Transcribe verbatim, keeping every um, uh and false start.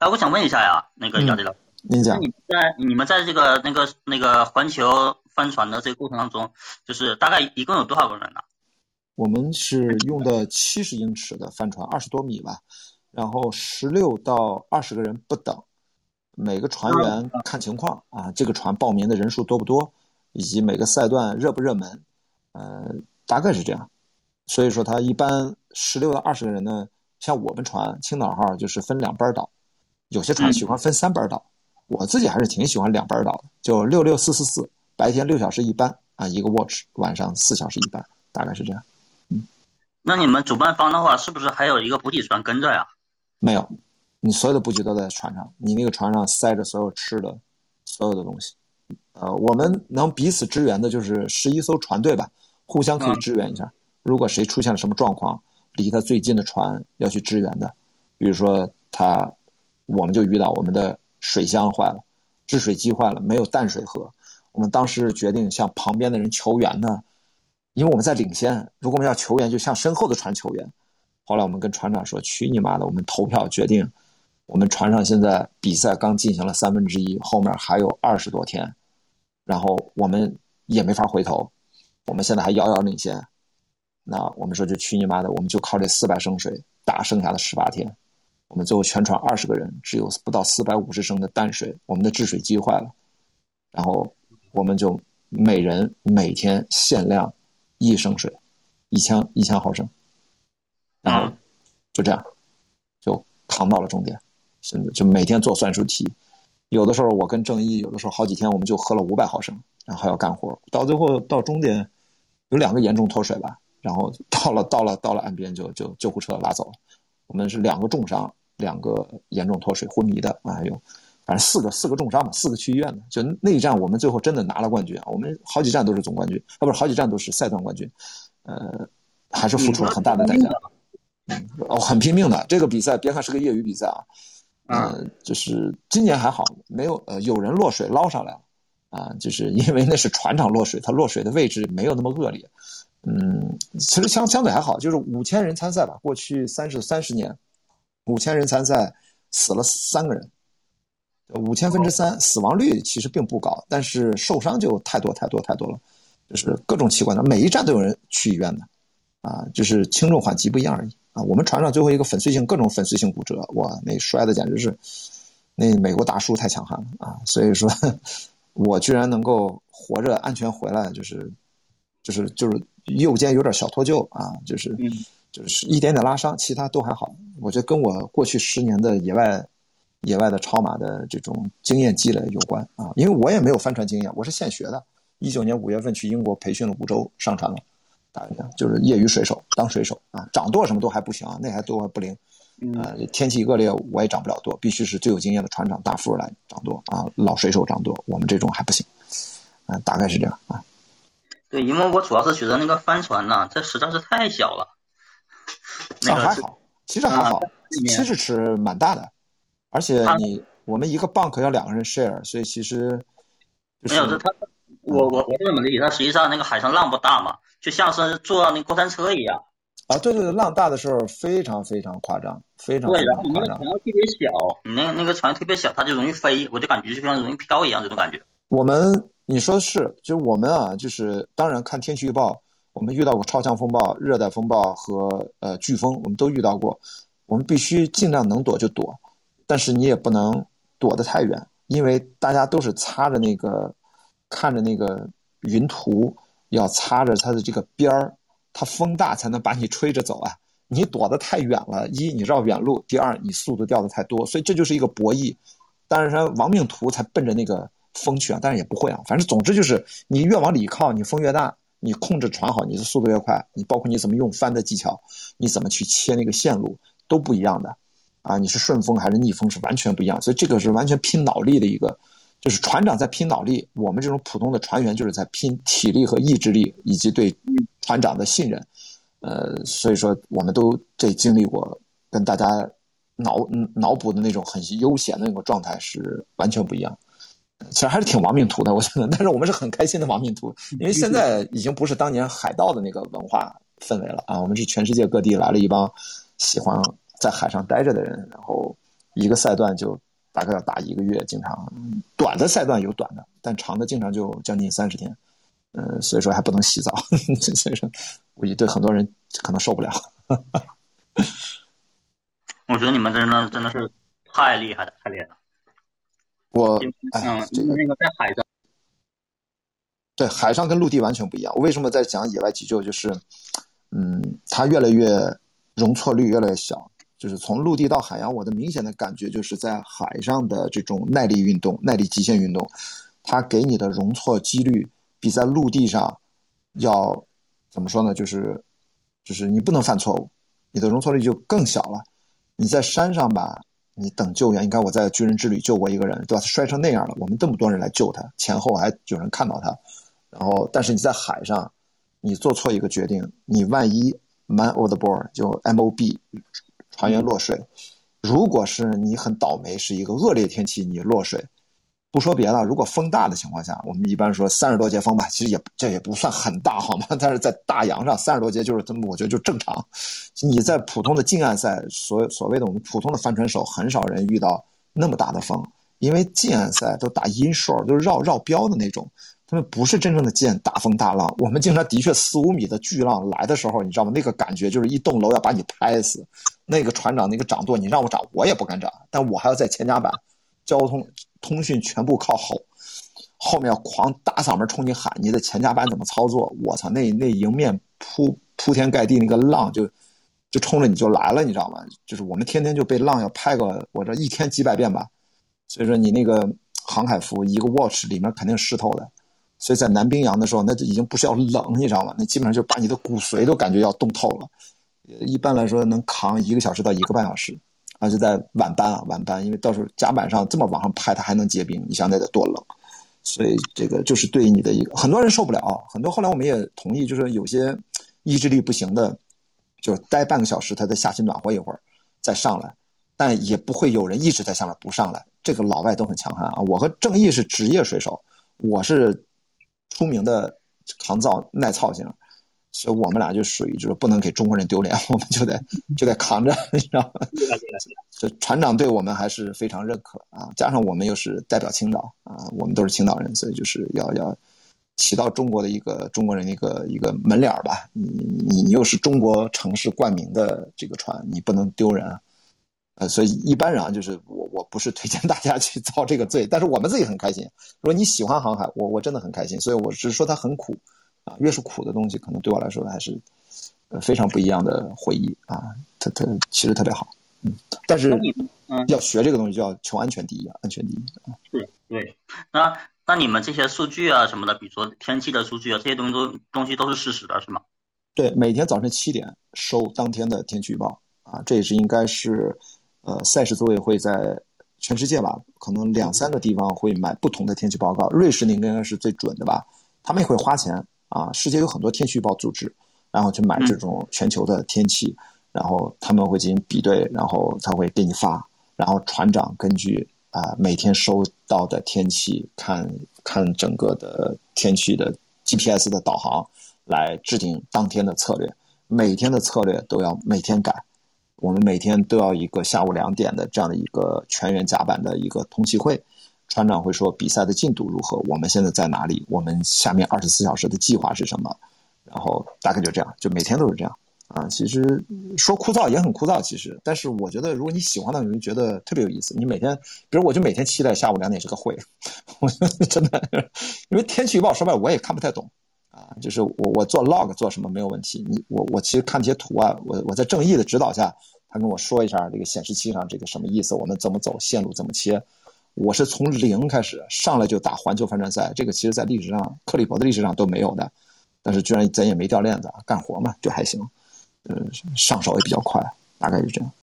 哎，我想问一下呀，那个姚队长， 您讲， 你们在你们在这个那个那个环球帆船的这个过程当中，就是大概一共有多少个人呢？ 我们是用的七十英尺的帆船，二十多米吧，然后十六到二十个人不等，每个船员看情况啊，这个船报名的人数多不多，以及每个赛段热不热门，呃，大概是这样。所以说，他一般十六到二十个人呢，像我们船青岛号就是分两班倒，有些船喜欢分三班倒，我自己还是挺喜欢两班倒的，就六六四四四，白天六小时一班啊，一个 watch， 晚上四小时一班，大概是这样。 那你们主办方的话，是不是还有一个补给船跟着呀？ 没有，你所有的补给都在船上，你那个船上塞着所有吃的，所有的东西。呃，我们能彼此支援的就是十一艘船队吧，互相可以支援一下。如果谁出现了什么状况，离他最近的船要去支援的，比如说他，我们就遇到我们的水箱坏了，制水机坏了，没有淡水喝。我们当时决定向旁边的人求援呢，因为我们在领先，如果我们要求援，就向身后的船求援。后来我们跟船长说：“去你妈的！”我们投票决定，我们船上现在比赛刚进行了三分之一，后面还有二十多天，然后我们也没法回头，我们现在还遥遥领先。那我们说就去你妈的，我们就靠这四百升水打剩下的十八天。我们最后全船二十个人，只有不到四百五十升的淡水，我们的制水机坏了，然后我们就每人每天限量一升水，一千一千毫升。然后就这样就扛到了终点，甚至就每天做算术题，有的时候我跟郑一，有的时候好几天我们就喝了五百毫升，然后还要干活，到最后到终点有两个严重脱水吧，然后到了到了到了岸边就就救护车拉走了。我们是两个重伤，两个严重脱水昏迷的啊，还有反正四个四个重伤吧，四个去医院的。就那一站我们最后真的拿了冠军啊，我们好几站都是总冠军啊，不是好几站都是赛段冠军，呃，还是付出了很大的代价。嗯，哦，很拼命的。这个比赛别看是个业余比赛啊，呃，就是今年还好，没有呃有人落水捞上来了啊，就是因为那是船长落水，他落水的位置没有那么恶劣。嗯，其实相相对还好，就是五千人参赛吧，过去三十三十年，五千人参赛死了三个人，五千分之三，死亡率其实并不高，但是受伤就太多太多太多了，就是各种器官的，每一站都有人去医院的。啊，就是轻重缓急不一样而已啊。我们船上最后一个粉碎性各种粉碎性骨折，哇，那摔的简直是，那美国大叔太强悍了啊！所以说，我居然能够活着安全回来，就是就是就是右肩有点小脱臼啊，就是就是一点点拉伤，其他都还好。我觉得跟我过去十年的野外野外的超马的这种经验积累有关啊，因为我也没有帆船经验，我是现学的。一九年五月份去英国培训了五周，上船了。打一下就是业余水手，当水手啊，掌舵什么都还不行啊，那还都还不灵。呃，天气恶劣我也掌不了舵，必须是最有经验的船长大副来掌舵啊，老水手掌舵，我们这种还不行。啊，大概是这样啊。 对，因为我主要是觉得那个帆船呢，这实在是太小了。那个、 啊，还好，其实还好，七十尺蛮大的，而且你我们一个 bunk 要两个人 share， 所以其实、就是、 没有，这他我我我是这么理解，它实际上那个海上浪不大嘛，就像是坐那个过山车一样。 啊，对对对，浪大的时候非常非常夸张，非常非常夸张。 对，然后你那个船特别小，你那个那个船特别小，它就容易飞，我就感觉就像容易飘一样，这种感觉。 我们你说是，就是我们啊，就是当然看天气预报，我们遇到过超强风暴、热带风暴和呃飓风，我们都遇到过。我们必须尽量能躲就躲，但是你也不能躲得太远，因为大家都是擦着那个看着那个云图，要擦着它的这个边儿，它风大才能把你吹着走啊。你躲得太远了，一你绕远路，第二你速度掉的太多，所以这就是一个博弈。当然亡命徒才奔着那个风去啊，但是也不会啊。反正总之就是你越往里靠，你风越大，你控制船好，你的速度越快。你包括你怎么用帆的技巧，你怎么去切那个线路都不一样的啊。你是顺风还是逆风是完全不一样，所以这个是完全拼脑力的一个，就是船长在拼脑力，我们这种普通的船员就是在拼体力和意志力以及对船长的信任。呃，所以说我们都这经历过，跟大家脑脑补的那种很悠闲的那种状态是完全不一样。其实还是挺亡命徒的，我觉得，但是我们是很开心的亡命徒，因为现在已经不是当年海盗的那个文化氛围了啊，我们是全世界各地来了一帮喜欢在海上待着的人，然后一个赛段就大概要打一个月，经常短的赛段有短的，但长的经常就将近三十天。嗯，所以说还不能洗澡，所以说估计对很多人可能受不了。 我觉得你们真的真的是太厉害了，太厉害了。 我哎， 嗯，这个那个在海上， 对海上跟陆地完全不一样。我为什么在讲野外急救？就是，嗯，它越来越容错率越来越小。就是从陆地到海洋，我的明显的感觉就是在海上的这种耐力运动、耐力极限运动，它给你的容错几率比在陆地上要怎么说呢？就是就是你不能犯错误，你的容错率就更小了。你在山上吧，你等救援，你看我在军人之旅救过一个人，对吧？他摔成那样了，我们这么多人来救他，前后还有人看到他。然后，但是你在海上，你做错一个决定，你万一 man overboard 就 M O B 船员落水，如果是你很倒霉，是一个恶劣天气，你落水。不说别的，如果风大的情况下，我们一般说三十多节风吧，其实也这也不算很大，好吗？但是在大洋上三十多节就是这么，我觉得就正常。你在普通的近岸赛，所所谓的我们普通的帆船手，很少人遇到那么大的风，因为近岸赛都打 inshore， 都是绕绕标的那种，他们不是真正的见大风大浪。我们经常的确四五米的巨浪来的时候，你知道吗？那个感觉就是一栋楼要把你拍死。那个船长那个掌舵，你让我掌，我也不敢掌，但我还要在前甲板。交通通讯全部靠吼，后面要狂大嗓门冲你喊，你的前甲板怎么操作？我操，那那迎面铺铺天盖地那个浪就就冲着你就来了，你知道吗？就是我们天天就被浪要拍个我这一天几百遍吧。所以说你那个航海服一个 watch 里面肯定湿透的，所以在南冰洋的时候，那就已经不是要冷，你知道吗？那基本上就把你的骨髓都感觉要冻透了。一般来说能扛一个小时到一个半小时。而且在晚班啊，晚班，因为到时候甲板上这么往上拍，它还能结冰，你想那得多冷。所以这个就是对你的一个，很多人受不了，很多后来我们也同意，就是有些意志力不行的，就待半个小时，他再下去暖和一会儿，再上来，但也不会有人一直在下面不上来。这个老外都很强悍啊，我和正义是职业水手，我是出名的抗造耐操型。所以我们俩就属于就是不能给中国人丢脸，我们就得就得扛着，你知道吗？这船长对我们还是非常认可啊，加上我们又是代表青岛啊，我们都是青岛人，所以就是要要起到中国的一个中国人的一个一个门脸吧。你你你又是中国城市冠名的这个船，你不能丢人啊。呃，所以一般人啊，就是我我不是推荐大家去遭这个罪，但是我们自己很开心。如果你喜欢航海，我我真的很开心，所以我只是说它很苦。啊，越是苦的东西，可能对我来说还是呃非常不一样的回忆啊。它它其实特别好，嗯，但是要学这个东西就要求安全第一啊，安全第一啊。 是，对。那那你们这些数据啊什么的，比如说天气的数据啊，这些东西都东西都是事实的，是吗？ 对，每天早晨七点收当天的天气预报啊，这也是应该是呃赛事组委会在全世界吧，可能两三个地方会买不同的天气报告，瑞士那应该是最准的吧，他们也会花钱。啊，世界有很多天气预报组织，然后去买这种全球的天气，然后他们会进行比对，然后他会给你发，然后船长根据啊、呃、每天收到的天气，看看整个的天气的 G P S 的导航，来制定当天的策略。每天的策略都要每天改，我们每天都要一个下午两点的这样的一个全员甲板的一个通气会。船长会说比赛的进度如何，我们现在在哪里，我们下面二十四小时的计划是什么，然后大概就这样，就每天都是这样啊。其实说枯燥也很枯燥，其实，但是我觉得如果你喜欢的，你会觉得特别有意思。你每天，比如我就每天期待下午两点是个会，我真的，因为天气预报说白了我也看不太懂啊。就是我我做 log 做什么没有问题，你我我其实看这些图啊，我我在正义的指导下，他跟我说一下这个显示器上这个什么意思，我们怎么走，线路怎么切。我是从零开始上来就打环球帆船赛，这个其实在历史上克里伯的历史上都没有的，但是居然咱也没掉链子，干活嘛就还行，呃，上手也比较快，大概是这样。